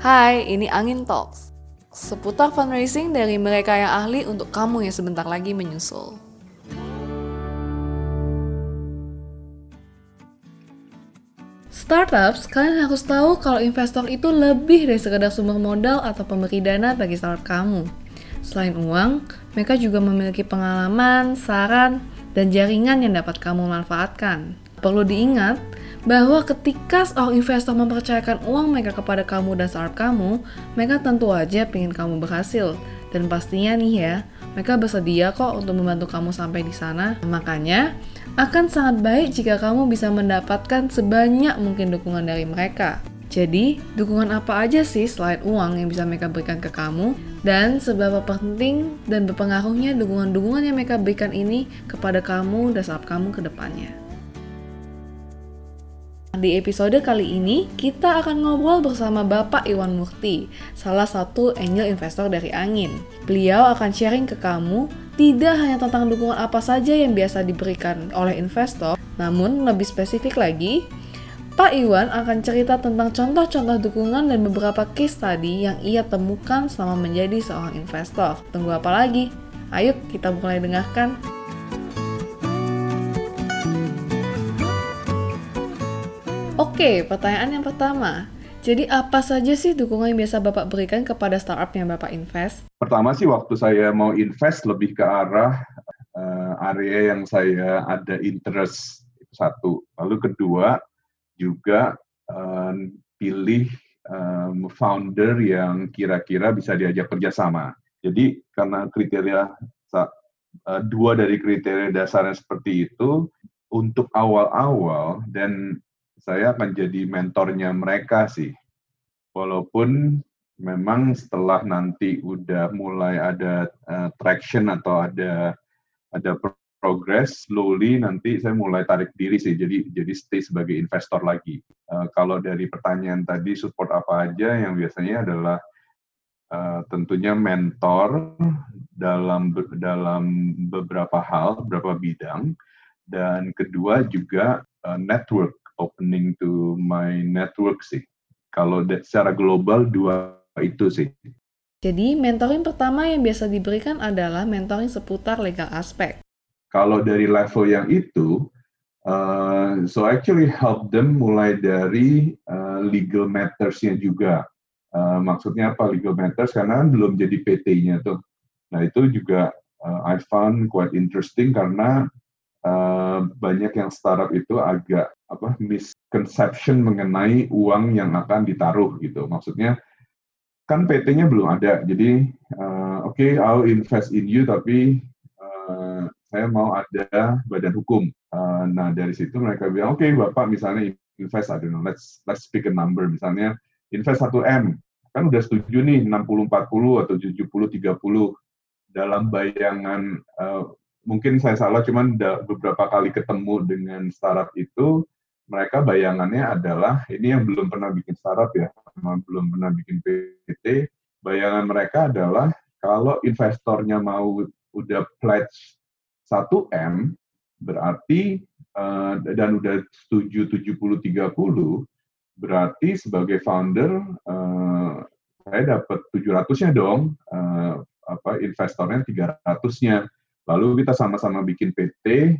Hai, ini Angin Talks. Seputar fundraising dari mereka yang ahli untuk kamu yang sebentar lagi menyusul. Startups, kalian harus tahu kalau investor itu lebih dari sekedar sumber modal atau pemberi dana bagi startup kamu. Selain uang, mereka juga memiliki pengalaman, saran, dan jaringan yang dapat kamu manfaatkan. Perlu diingat bahwa ketika seorang investor mempercayakan uang mereka kepada kamu dan startup kamu, mereka tentu aja pengen kamu berhasil. Dan pastinya nih ya, mereka bersedia kok untuk membantu kamu sampai di sana. Makanya, akan sangat baik jika kamu bisa mendapatkan sebanyak mungkin dukungan dari mereka. Jadi, dukungan apa aja sih selain uang yang bisa mereka berikan ke kamu? Dan seberapa penting dan berpengaruhnya dukungan-dukungan yang mereka berikan ini kepada kamu dan startup kamu ke depannya? Di episode kali ini, kita akan ngobrol bersama Bapak Iwan Murti, salah satu angel investor dari Angin. Beliau akan sharing ke kamu tidak hanya tentang dukungan apa saja yang biasa diberikan oleh investor, namun lebih spesifik lagi, Pak Iwan akan cerita tentang contoh-contoh dukungan dan beberapa case study yang ia temukan selama menjadi seorang investor. Tunggu apa lagi? Ayo kita mulai dengarkan. Oke, pertanyaan yang pertama. Jadi apa saja sih dukungan yang biasa Bapak berikan kepada startup yang Bapak invest? Pertama sih waktu saya mau invest lebih ke arah area yang saya ada interest, itu satu. Lalu kedua juga pilih founder yang kira-kira bisa diajak kerjasama. Jadi karena kriteria dua dari kriteria dasarnya seperti itu, untuk awal-awal dan saya akan jadi mentornya mereka sih. Walaupun memang setelah nanti udah mulai ada traction atau ada progress, slowly nanti saya mulai tarik diri sih, jadi stay sebagai investor lagi. Kalau dari pertanyaan tadi, support apa aja, yang biasanya adalah tentunya mentor dalam beberapa hal, beberapa bidang, dan kedua juga network, opening to my network sih. Kalau secara global dua itu sih. Jadi mentoring pertama yang biasa diberikan adalah mentoring seputar legal aspek. Kalau dari level yang itu, so actually help them mulai dari legal matters-nya juga. Maksudnya apa legal matters? Karena belum jadi PT-nya tuh. Nah itu juga I found quite interesting karena banyak yang startup itu agak misconception mengenai uang yang akan ditaruh gitu. Maksudnya kan PT-nya belum ada, jadi okay, I'll invest in you, tapi saya mau ada badan hukum. Nah dari situ mereka bilang, okay, Bapak misalnya invest, I don't know, let's pick a number, misalnya invest 1M, kan udah setuju nih 60-40 atau 70-30, dalam bayangan, mungkin saya salah, cuman beberapa kali ketemu dengan startup itu, mereka bayangannya adalah, ini yang belum pernah bikin startup ya, belum pernah bikin PT, bayangan mereka adalah kalau investornya mau udah pledge 1M, berarti dan udah setuju 70-30, berarti sebagai founder saya dapat 700-nya dong, investornya 300-nya. Lalu kita sama-sama bikin PT,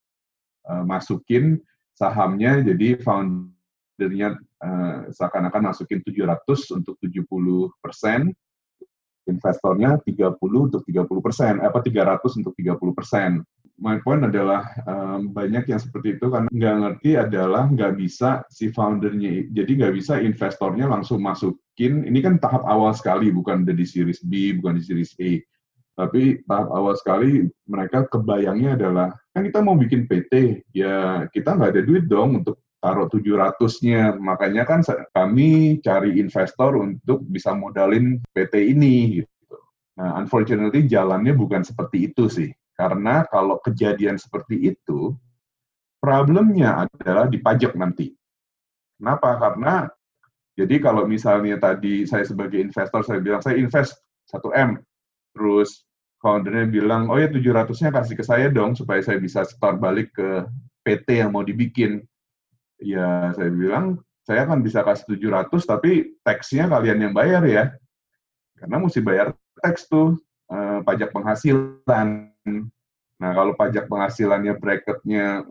masukin sahamnya, jadi foundernya seakan-akan masukin 700 untuk 70%, investornya 30 untuk 30%, 300 untuk 30%. My point adalah banyak yang seperti itu karena nggak ngerti adalah nggak bisa si foundernya, jadi nggak bisa investornya langsung masukin, ini kan tahap awal sekali, bukan di series B, bukan di series A, tapi tahap awal sekali mereka kebayangnya adalah, kan kita mau bikin PT, ya kita nggak ada duit dong untuk taruh 700-nya, makanya kan kami cari investor untuk bisa modalin PT ini. Gitu. Nah, unfortunately jalannya bukan seperti itu sih. Karena kalau kejadian seperti itu, problemnya adalah di pajak nanti. Kenapa? Karena, jadi kalau misalnya tadi saya sebagai investor, saya bilang, saya invest 1M, terus foundernya bilang, oh ya 700-nya kasih ke saya dong, supaya saya bisa setor balik ke PT yang mau dibikin. Ya, saya bilang, saya kan bisa kasih 700, tapi tax-nya kalian yang bayar ya. Karena mesti bayar tax tuh, pajak penghasilan. Nah, kalau pajak penghasilannya bracket-nya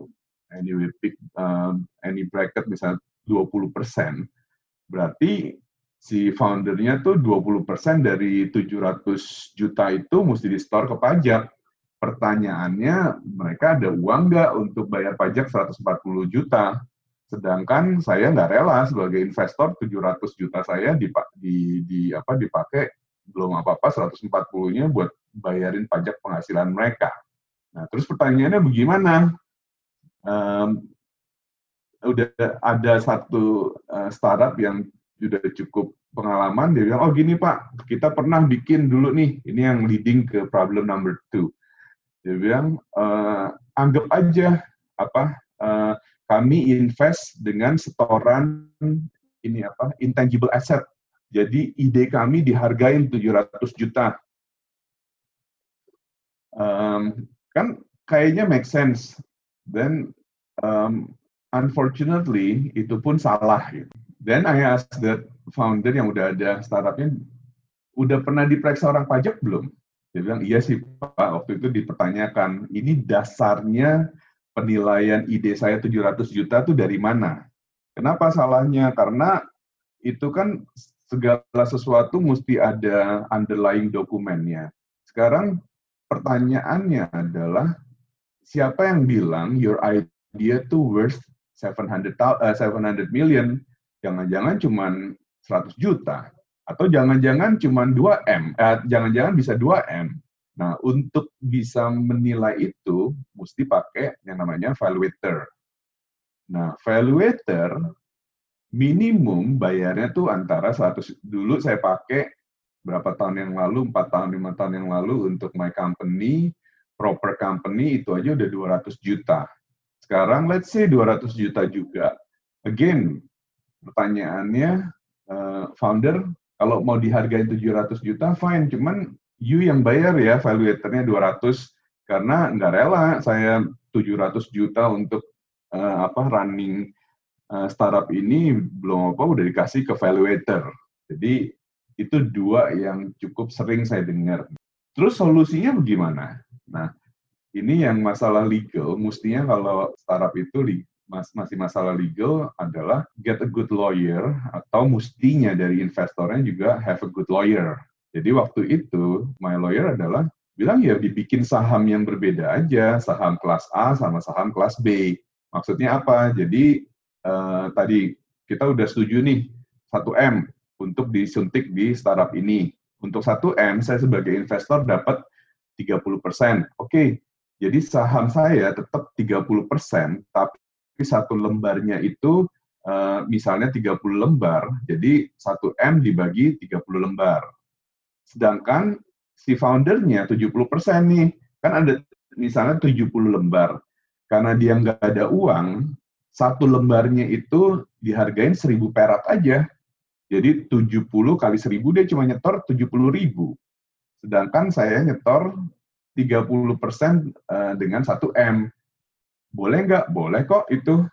any bracket misalnya 20%, berarti si founder-nya tuh 20% dari 700 juta itu mesti di-store ke pajak. Pertanyaannya, mereka ada uang nggak untuk bayar pajak 140 juta? Sedangkan saya nggak rela sebagai investor 700 juta saya dipakai belum apa-apa 140-nya buat bayarin pajak penghasilan mereka. Nah, terus pertanyaannya bagaimana? Udah ada satu startup yang sudah cukup pengalaman, dia bilang, oh gini Pak, kita pernah bikin dulu nih, ini yang leading ke problem number 2. Dia bilang, anggap aja kami invest dengan setoran intangible asset. Jadi ide kami dihargain 700 juta. Kan kayaknya make sense. Dan unfortunately itu pun salah. Then I asked that founder yang udah ada startupnya, udah pernah diperiksa orang pajak belum? Dia bilang, iya sih Pak, waktu itu dipertanyakan, ini dasarnya penilaian ide saya 700 juta itu dari mana? Kenapa salahnya? Karena itu kan segala sesuatu mesti ada underlying dokumennya. Sekarang pertanyaannya adalah, siapa yang bilang your idea itu worth 700 million? Jangan-jangan cuma 100 juta. Atau jangan-jangan cuma 2M, jangan-jangan bisa 2M. Nah, untuk bisa menilai itu, mesti pakai yang namanya valuator. Nah, valuator minimum bayarnya tuh antara 100, dulu saya pakai berapa tahun yang lalu, 4 tahun, 5 tahun yang lalu untuk my company, proper company, itu aja udah 200 juta. Sekarang, let's say 200 juta juga. Again, pertanyaannya, founder, kalau mau dihargain 700 juta, fine. Cuman you yang bayar ya, valuatornya 200. Karena nggak rela saya 700 juta untuk running startup ini, belum apa udah dikasih ke valuator. Jadi itu dua yang cukup sering saya dengar. Terus solusinya bagaimana? Nah, ini yang masalah legal, mestinya kalau startup itu masih masalah legal adalah get a good lawyer, atau mestinya dari investornya juga have a good lawyer. Jadi waktu itu, my lawyer adalah bilang ya dibikin saham yang berbeda aja, saham kelas A sama saham kelas B. Maksudnya apa? Jadi tadi kita udah setuju nih 1M untuk disuntik di startup ini. Untuk 1M saya sebagai investor dapat 30%. Oke, jadi saham saya tetap 30%, tapi satu lembarnya itu misalnya 30 lembar, jadi 1M dibagi 30 lembar. Sedangkan si foundernya 70% nih, kan ada misalnya 70 lembar. Karena dia nggak ada uang, satu lembarnya itu dihargain 1.000 perak aja. Jadi 70 kali 1.000 dia cuma nyetor 70.000. Sedangkan saya nyetor 30% dengan 1M. Boleh nggak? Boleh kok itu.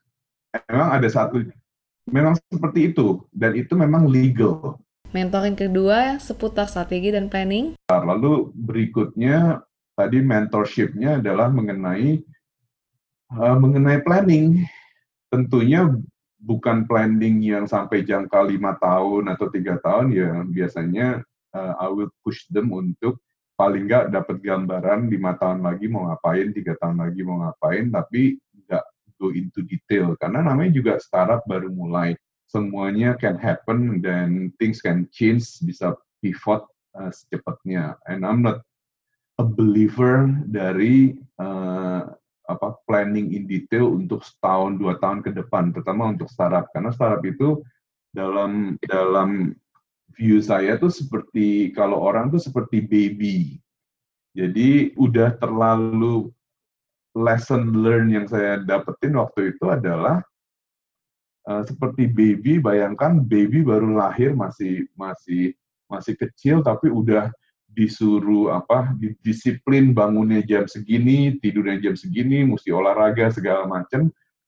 Memang seperti itu. Dan itu memang legal. Mentoring kedua seputar strategi dan planning. Lalu berikutnya, tadi mentorship-nya adalah mengenai planning. Tentunya bukan planning yang sampai jangka 5 tahun atau 3 tahun, ya biasanya I will push them untuk paling nggak dapat gambaran 5 tahun lagi mau ngapain, 3 tahun lagi mau ngapain, tapi nggak go into detail. Karena namanya juga startup baru mulai. Semuanya can happen dan things can change, bisa pivot secepatnya. And I'm not a believer dari planning in detail untuk setahun, 2 tahun ke depan, terutama untuk startup. Karena startup itu dalam view saya tuh seperti, kalau orang tuh seperti baby. Jadi udah terlalu lesson learn yang saya dapetin waktu itu adalah seperti baby. Bayangkan baby baru lahir masih kecil, tapi udah disuruh disiplin, bangunnya jam segini, tidurnya jam segini, mesti olahraga segala macam.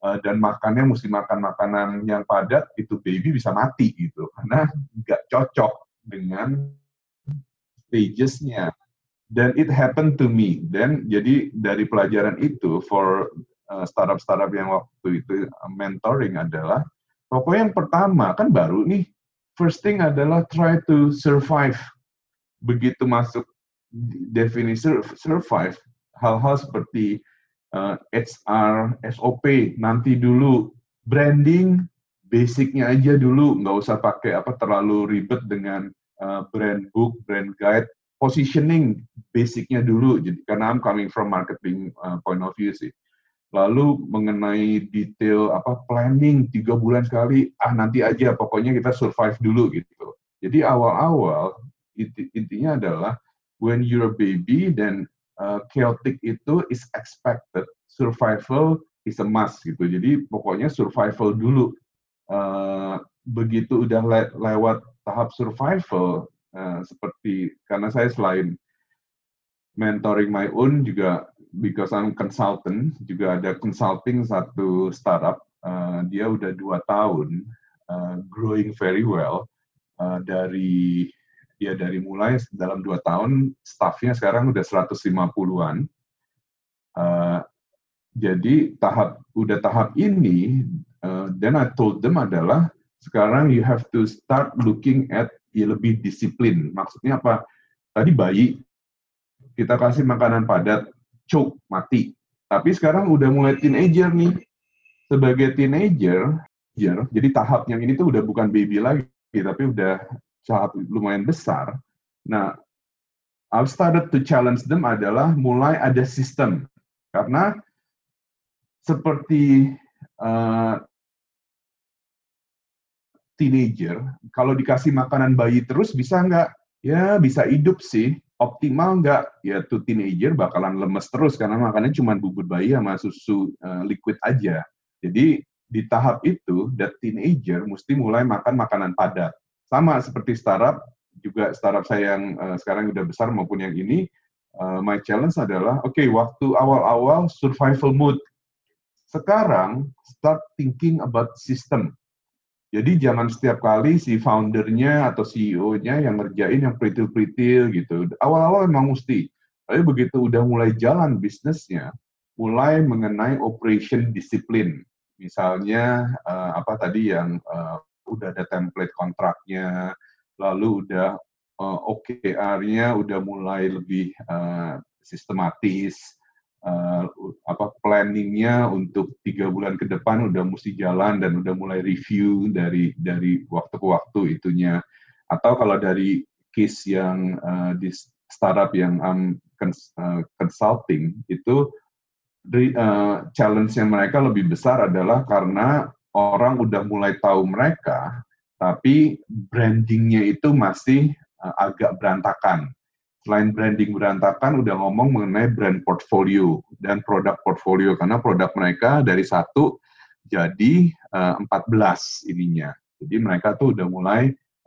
dan makannya mesti makan makanan yang padat, itu baby bisa mati gitu, karena nggak cocok dengan stages-nya. Dan it happened to me. Dan jadi dari pelajaran itu, for startup-startup yang waktu itu mentoring adalah, pokoknya yang pertama, kan baru nih, first thing adalah try to survive. Begitu masuk definisi survive, hal-hal seperti HR, SOP, nanti dulu. Branding, basicnya aja dulu, nggak usah pakai terlalu ribet dengan brand book, brand guide. Positioning, basicnya dulu, jadi karena I'm coming from marketing point of view sih. Lalu mengenai detail planning 3 bulan sekali, nanti aja, pokoknya kita survive dulu gitu. Jadi awal-awal intinya adalah when you're a baby, then chaotic itu is expected, survival is a must gitu. Jadi pokoknya survival dulu. Begitu udah lewat tahap survival, seperti karena saya selain mentoring my own juga, because I'm consultant, juga ada consulting satu startup, dia udah 2 tahun, growing very well, dari mulai dalam 2 tahun, staffnya sekarang udah 150-an. Jadi tahap ini, then I told them adalah, sekarang you have to start looking at lebih disiplin. Maksudnya apa? Tadi bayi, kita kasih makanan padat, choke, mati. Tapi sekarang udah mulai teenager nih. Sebagai teenager, jadi tahap yang ini tuh udah bukan baby lagi, tapi udah tahap lumayan besar. Nah, I've started to challenge them adalah mulai ada sistem. Karena seperti teenager, kalau dikasih makanan bayi terus bisa nggak? Ya, bisa hidup sih. Optimal nggak? Ya, tuh teenager bakalan lemes terus karena makannya cuma bubur bayi sama susu liquid aja. Jadi, di tahap itu, that teenager mesti mulai makan makanan padat. Sama seperti startup, juga startup saya yang sekarang udah besar maupun yang ini, my challenge adalah, waktu awal-awal survival mode. Sekarang, start thinking about system. Jadi jangan setiap kali si foundernya atau CEO-nya yang ngerjain yang pritil-pritil gitu. Awal-awal memang mesti. Tapi begitu udah mulai jalan bisnisnya, mulai mengenai operation disiplin. Misalnya tadi yang udah ada template kontraknya, lalu udah OKR-nya udah mulai lebih sistematis. Planningnya untuk 3 bulan ke depan udah mesti jalan dan udah mulai review dari waktu ke waktu itunya. Atau kalau dari case yang di startup yang consulting itu, challenge-nya mereka lebih besar adalah karena orang udah mulai tahu mereka, tapi branding-nya itu masih agak berantakan. Selain branding berantakan, udah ngomong mengenai brand portfolio dan produk portfolio, karena produk mereka dari 1 jadi 14 ininya. Jadi mereka tuh udah mulai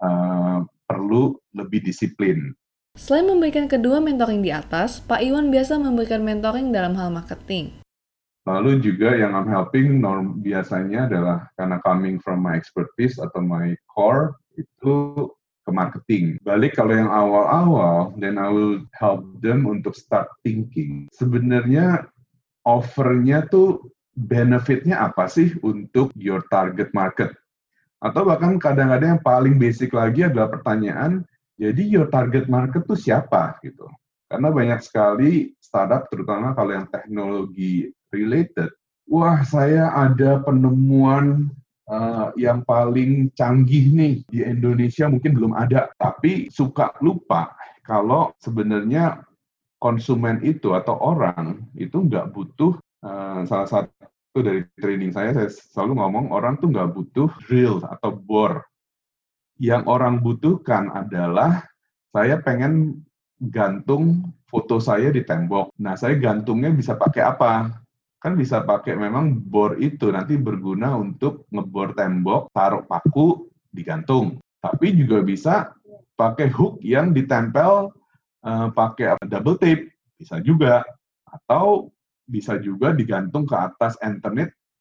perlu lebih disiplin. Selain memberikan kedua mentoring di atas, Pak Iwan biasa memberikan mentoring dalam hal marketing. Lalu juga yang I'm helping biasanya adalah karena coming from my expertise atau my core, itu ke marketing. Balik kalau yang awal-awal, then I will help them untuk start thinking. Sebenarnya offer-nya tuh benefit-nya apa sih untuk your target market? Atau bahkan kadang-kadang yang paling basic lagi adalah pertanyaan, jadi your target market tuh siapa gitu? Karena banyak sekali startup, terutama kalau yang teknologi related, wah saya ada penemuan yang paling canggih nih di Indonesia mungkin belum ada, tapi suka lupa kalau sebenarnya konsumen itu atau orang itu nggak butuh, salah satu dari training saya selalu ngomong orang tuh nggak butuh drill atau bore. Yang orang butuhkan adalah saya pengen gantung foto saya di tembok. Nah, saya gantungnya bisa pakai apa? Kan bisa pakai memang bor itu nanti berguna untuk ngebor tembok, taruh paku, digantung. Tapi juga bisa pakai hook yang ditempel pakai double tape, bisa juga. Atau bisa juga digantung ke atas internet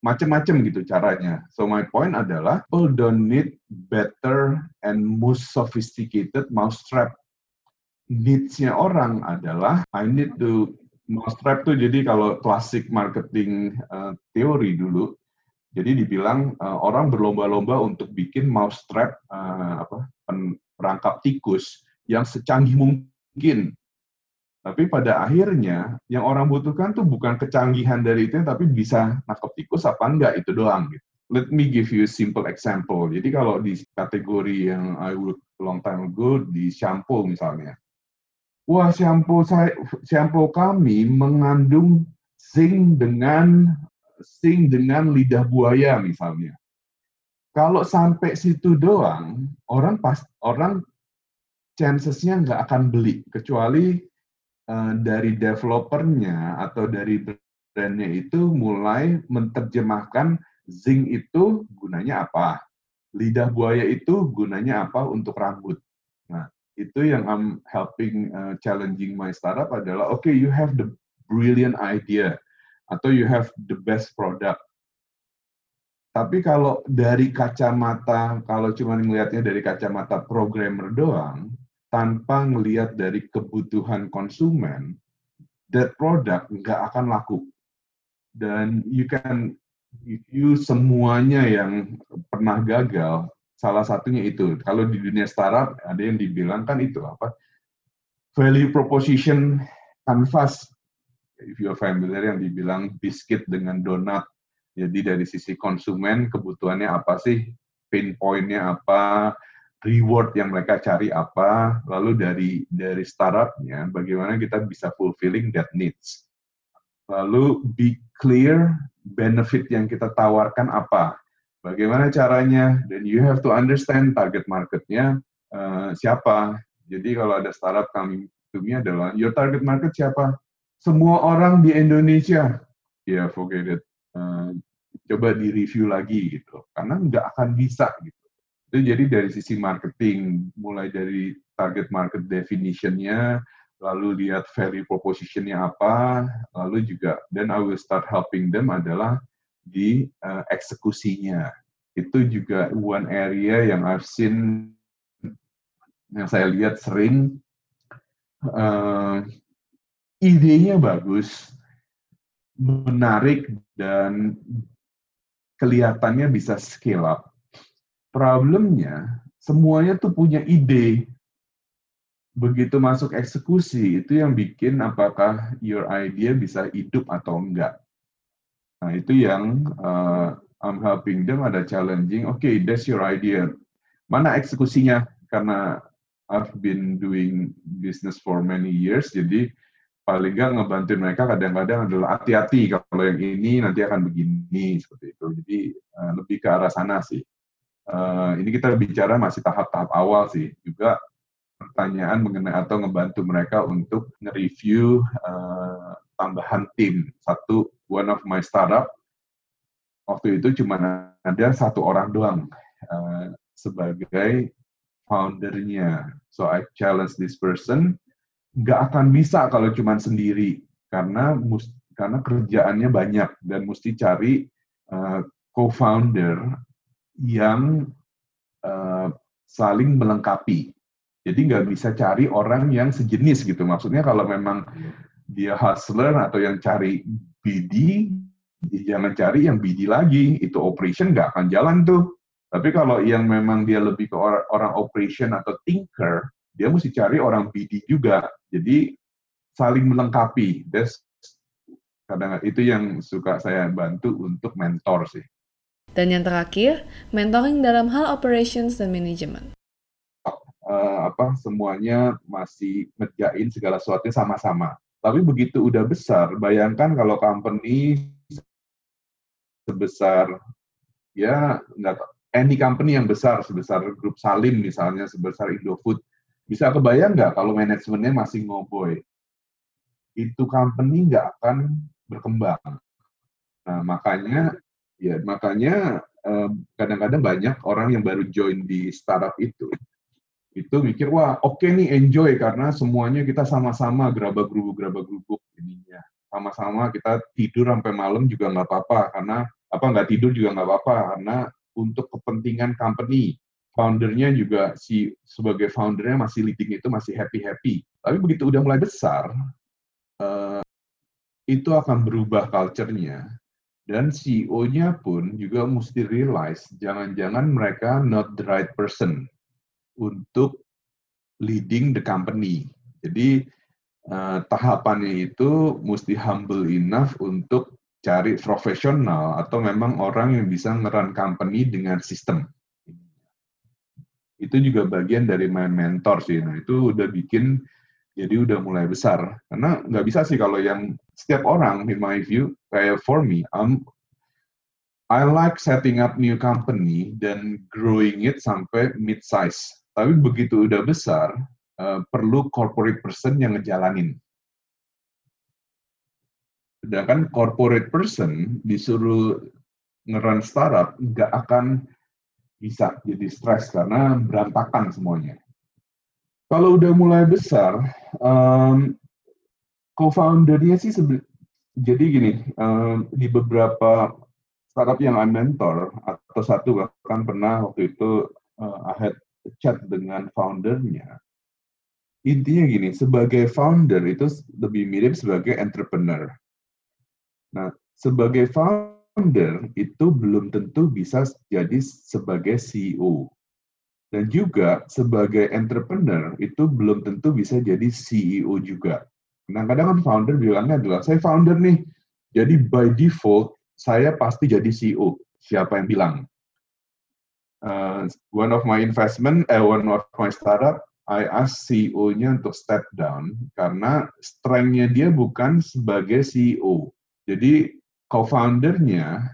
macam-macam gitu caranya. So my point adalah people don't need better and most sophisticated mousetrap. Needs-nya orang adalah I need to mousetrap tuh, jadi kalau klasik marketing teori dulu, jadi dibilang orang berlomba-lomba untuk bikin mousetrap perangkap tikus yang secanggih mungkin. Tapi pada akhirnya yang orang butuhkan tuh bukan kecanggihan dari itu, tapi bisa nangkep tikus apa enggak, itu doang gitu. Let me give you a simple example. Jadi kalau di kategori yang I work long time ago di shampoo misalnya, wah shampoo kami mengandung zinc dengan lidah buaya misalnya. Kalau sampai situ doang, orang chances-nya nggak akan beli, kecuali dari developernya atau dari brandnya itu mulai menerjemahkan zinc itu gunanya apa, lidah buaya itu gunanya apa untuk rambut. Nah, itu yang I'm helping challenging my startup adalah, okay, you have the brilliant idea atau you have the best product. Tapi kalau dari kacamata, kalau cuma melihatnya dari kacamata programmer doang, tanpa ngelihat dari kebutuhan konsumen, that product nggak akan laku. Dan you semuanya yang pernah gagal, salah satunya itu. Kalau di dunia startup, ada yang dibilang kan itu apa? Value proposition canvas. If you're familiar, yang dibilang biscuit dengan donat. Jadi dari sisi konsumen, kebutuhannya apa sih? Pain point-nya apa? Reward yang mereka cari apa, lalu dari startupnya bagaimana kita bisa fulfilling that needs. Lalu be clear benefit yang kita tawarkan apa, bagaimana caranya, dan you have to understand target marketnya siapa. Jadi kalau ada startup coming to me adalah, your target market siapa? Semua orang di Indonesia. Ya, forget it. Coba di-review lagi gitu, karena nggak akan bisa gitu. Itu jadi dari sisi marketing, mulai dari target market definition-nya, lalu lihat value proposition-nya apa, lalu juga, then I will start helping them adalah di eksekusinya. Itu juga one area yang I've seen, yang saya lihat sering, idenya bagus, menarik, dan kelihatannya bisa scale up. Problemnya, semuanya tuh punya ide. Begitu masuk eksekusi, itu yang bikin apakah your idea bisa hidup atau enggak. Nah, itu yang I'm helping them, ada challenging, okay, that's your idea. Mana eksekusinya? Karena I've been doing business for many years, jadi paling nggak ngebantuin mereka kadang-kadang adalah hati-hati, kalau yang ini nanti akan begini, seperti itu. Jadi lebih ke arah sana sih. Ini kita bicara masih tahap-tahap awal sih, juga pertanyaan mengenai atau ngebantu mereka untuk nge-review tambahan tim. One of my startup, waktu itu cuma ada satu orang doang sebagai foundernya. So I challenge this person, nggak akan bisa kalau cuma sendiri, karena kerjaannya banyak dan mesti cari co-founder yang saling melengkapi. Jadi nggak bisa cari orang yang sejenis gitu. Maksudnya kalau memang dia hustler atau yang cari BD, jangan cari yang BD lagi. Itu operation nggak akan jalan tuh. Tapi kalau yang memang dia lebih ke orang operation atau thinker, dia mesti cari orang BD juga. Jadi saling melengkapi. Kadang-kadang itu yang suka saya bantu untuk mentor sih. Dan yang terakhir, mentoring dalam hal operations dan manajemen. Semuanya masih ngerjain segala sesuatu sama-sama. Tapi begitu udah besar, bayangkan kalau company sebesar, ya any company yang besar, sebesar grup Salim misalnya, sebesar Indofood, bisa kebayang nggak kalau manajemennya masih ngoboy? Itu company nggak akan berkembang. Nah, makanya kadang-kadang banyak orang yang baru join di startup itu mikir, wah oke nih, enjoy, karena semuanya kita sama-sama gerabak-gerubuk ininya. Sama-sama kita tidur sampai malam juga nggak apa-apa, karena nggak tidur juga nggak apa-apa, karena untuk kepentingan company, foundernya juga sebagai foundernya masih leading itu masih happy-happy. Tapi begitu udah mulai besar, itu akan berubah culture-nya. Dan CEO-nya pun juga mesti realize, jangan-jangan mereka not the right person untuk leading the company. Jadi tahapannya itu mesti humble enough untuk cari profesional atau memang orang yang bisa ngeran company dengan sistem. Itu juga bagian dari my mentor sih. Nah, itu udah bikin jadi udah mulai besar. Karena nggak bisa sih kalau yang setiap orang, in my view, kayak for me, I like setting up new company dan growing it sampai mid-size. Tapi begitu udah besar, perlu corporate person yang ngejalanin. Sedangkan corporate person disuruh ngeran startup, nggak akan bisa jadi stres karena berantakan semuanya. Kalau udah mulai besar, co-foundernya sih jadi gini, di beberapa startup yang I mentor, atau satu bahkan pernah waktu itu I had chat dengan foundernya, intinya gini, sebagai founder itu lebih mirip sebagai entrepreneur. Nah, sebagai founder itu belum tentu bisa jadi sebagai CEO. Dan juga sebagai entrepreneur itu belum tentu bisa jadi CEO juga. Kadang-kadang kan founder bilangnya adalah, saya founder nih, jadi by default saya pasti jadi CEO. Siapa yang bilang? One of my startup, I ask CEO-nya untuk step down karena strength-nya dia bukan sebagai CEO. Jadi co-foundernya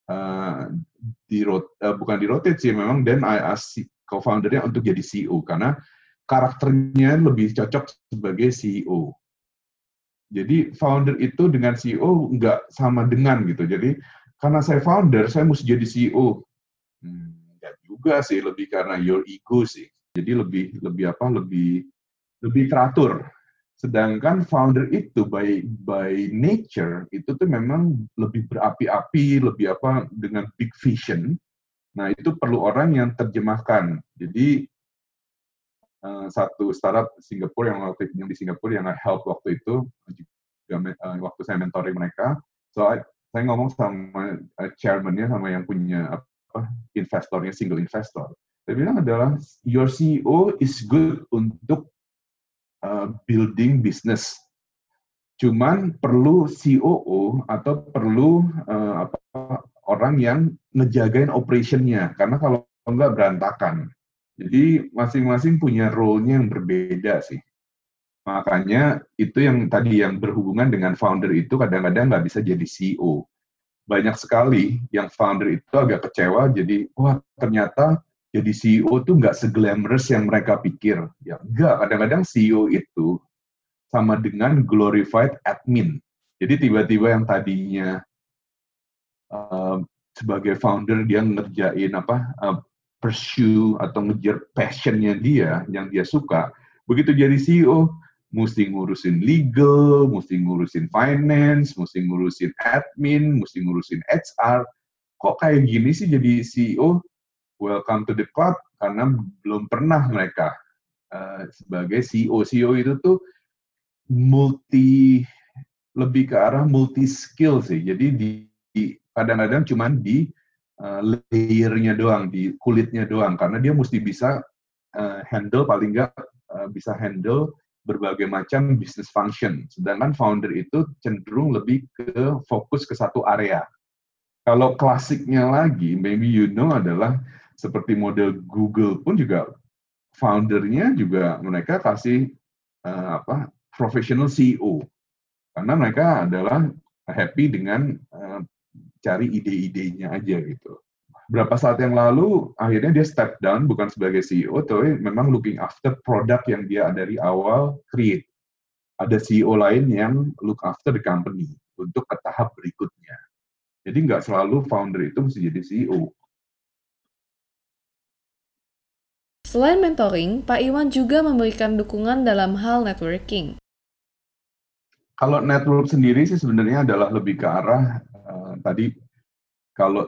bukan di-rotate sih memang, then I ask co-foundernya untuk jadi CEO karena karakternya lebih cocok sebagai CEO. Jadi founder itu dengan CEO nggak sama dengan gitu. Jadi karena saya founder, saya mesti jadi CEO. Nggak juga sih, lebih karena your ego sih. Jadi lebih teratur. Sedangkan founder itu by nature itu tuh memang lebih berapi-api, lebih dengan big vision. Nah, itu perlu orang yang terjemahkan. Jadi satu startup Singapura yang di Singapura yang help waktu itu juga waktu saya mentoring mereka. So saya ngomong sama chairman-nya, sama yang punya investornya, single investor. Saya bilang adalah your CEO is good untuk building business. Cuman perlu COO atau perlu orang yang ngejagain operation-nya, karena kalau enggak berantakan. Jadi masing-masing punya role-nya yang berbeda sih. Makanya itu yang tadi yang berhubungan dengan founder itu kadang-kadang nggak bisa jadi CEO. Banyak sekali yang founder itu agak kecewa, jadi wah ternyata jadi CEO tuh nggak seglamorous yang mereka pikir. Ya enggak, kadang-kadang CEO itu sama dengan glorified admin. Jadi tiba-tiba yang tadinya sebagai founder dia ngerjain pursue atau ngejar passionnya dia yang dia suka, begitu jadi CEO mesti ngurusin legal, mesti ngurusin finance, mesti ngurusin admin, mesti ngurusin HR. Kok kayak gini sih jadi CEO? Welcome to the club, karena belum pernah mereka sebagai CEO. CEO itu tuh lebih ke arah multi skill sih. Jadi kadang-kadang cuma di layer-nya doang, di kulitnya doang, karena dia mesti bisa handle, paling nggak bisa handle berbagai macam business function. Sedangkan founder itu cenderung lebih ke fokus ke satu area. Kalau klasiknya lagi, maybe you know, adalah seperti model Google pun juga foundernya juga mereka kasih professional CEO. Karena mereka adalah happy dengan cari ide-idenya aja gitu. Berapa saat yang lalu, akhirnya dia step down, bukan sebagai CEO, tapi memang looking after produk yang dia dari awal create. Ada CEO lain yang look after the company untuk ke tahap berikutnya. Jadi nggak selalu founder itu mesti jadi CEO. Selain mentoring, Pak Iwan juga memberikan dukungan dalam hal networking. Kalau network sendiri sih sebenarnya adalah lebih ke arah tadi kalau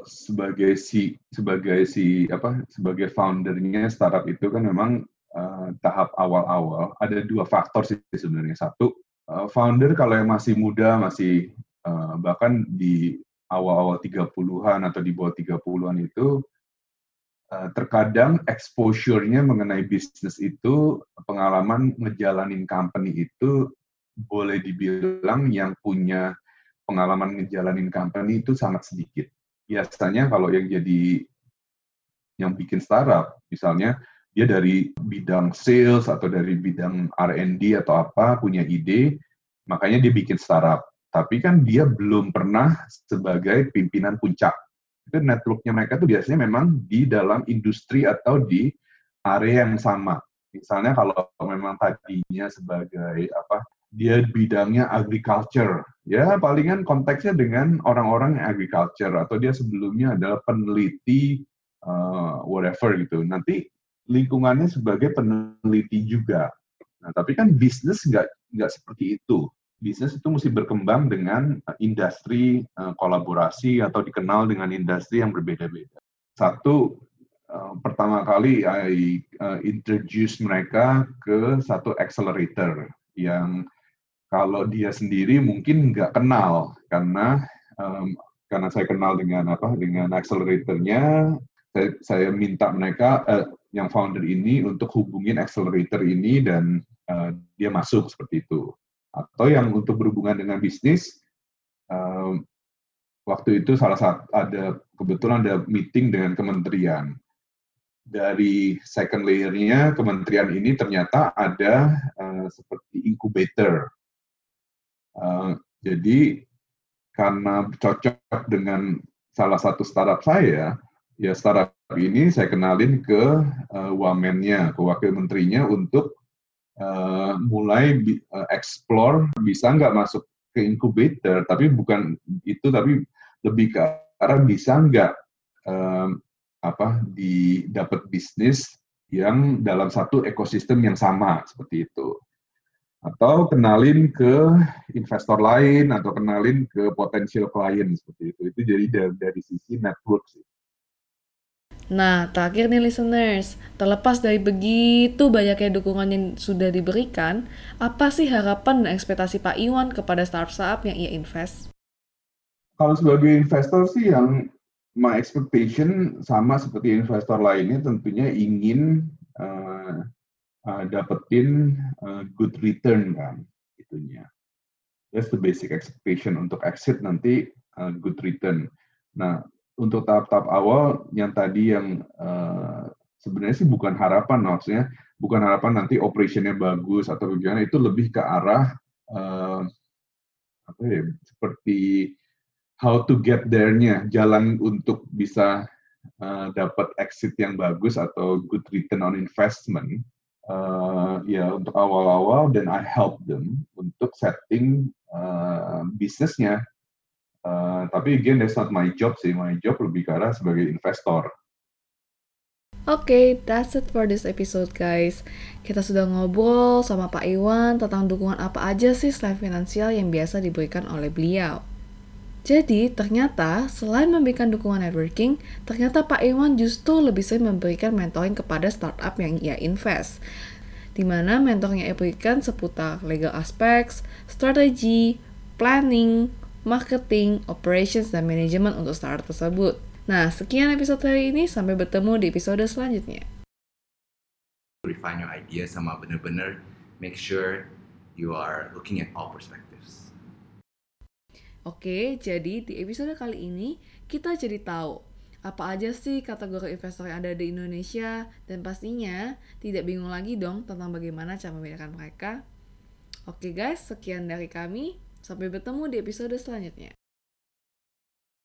sebagai foundernya startup itu kan memang tahap awal-awal ada dua faktor sih sebenarnya. Satu, founder kalau yang masih muda, masih bahkan di awal-awal 30-an atau di bawah 30-an itu terkadang exposure-nya mengenai bisnis itu, pengalaman ngejalanin company itu boleh dibilang yang punya pengalaman ngejalanin company itu sangat sedikit. Biasanya kalau yang bikin startup, misalnya dia dari bidang sales atau dari bidang R&D atau apa, punya ide, makanya dia bikin startup. Tapi kan dia belum pernah sebagai pimpinan puncak. Itu network-nya mereka tuh biasanya memang di dalam industri atau di area yang sama. Misalnya kalau memang tadinya sebagai dia bidangnya agriculture, ya palingan konteksnya dengan orang-orang agriculture, atau dia sebelumnya adalah peneliti whatever gitu. Nanti lingkungannya sebagai peneliti juga. Nah, tapi kan bisnis nggak seperti itu. Bisnis itu mesti berkembang dengan industri kolaborasi atau dikenal dengan industri yang berbeda-beda. Satu, pertama kali I introduce mereka ke satu accelerator yang kalau dia sendiri mungkin nggak kenal, karena saya kenal dengan accelerator-nya. Saya minta mereka yang founder ini untuk hubungin accelerator ini dan dia masuk seperti itu. Atau yang untuk berhubungan dengan bisnis, waktu itu kebetulan ada meeting dengan kementerian. Dari second layer-nya kementerian ini ternyata ada seperti incubator. Jadi karena cocok dengan salah satu startup saya, ya startup ini saya kenalin ke wamennya, ke wakil menterinya untuk mulai explore bisa nggak masuk ke incubator, tapi bukan itu, tapi lebih ke arah bisa nggak dapat bisnis yang dalam satu ekosistem yang sama seperti itu. Atau kenalin ke investor lain, atau kenalin ke potensial klien seperti itu. Itu jadi dari sisi network sih. Nah, terakhir nih listeners, terlepas dari begitu banyaknya dukungan yang sudah diberikan, apa sih harapan dan ekspektasi Pak Iwan kepada startup yang ia invest? Kalau sebagai investor sih yang my expectation sama seperti investor lainnya, tentunya ingin dapetin good return kan, itunya. That's the basic expectation untuk exit nanti, good return. Nah, untuk tahap-tahap awal yang tadi yang sebenarnya sih bukan harapan, maksudnya bukan harapan nanti operationnya bagus atau bagaimana, itu lebih ke arah seperti how to get there-nya, jalan untuk bisa dapat exit yang bagus atau good return on investment. Ya untuk awal-awal, dan I help them untuk setting bisnisnya. Tapi again, that's not my job sih. My job lebih ke arah sebagai investor. Oke, that's it for this episode guys. Kita sudah ngobrol sama Pak Iwan tentang dukungan apa aja sih selain finansial yang biasa diberikan oleh beliau. Jadi, ternyata selain memberikan dukungan networking, ternyata Pak Iwan justru lebih sering memberikan mentoring kepada startup yang ia invest. Di mana mentornya ia berikan seputar legal aspects, strategi, planning, marketing, operations, dan manajemen untuk startup tersebut. Nah, sekian episode hari ini. Sampai bertemu di episode selanjutnya. Refine your idea sama benar-benar make sure you are looking at all perspectives. Oke, jadi di episode kali ini kita jadi tahu apa aja sih kategori investor yang ada di Indonesia, dan pastinya tidak bingung lagi dong tentang bagaimana cara membedakan mereka. Oke guys, sekian dari kami. Sampai bertemu di episode selanjutnya.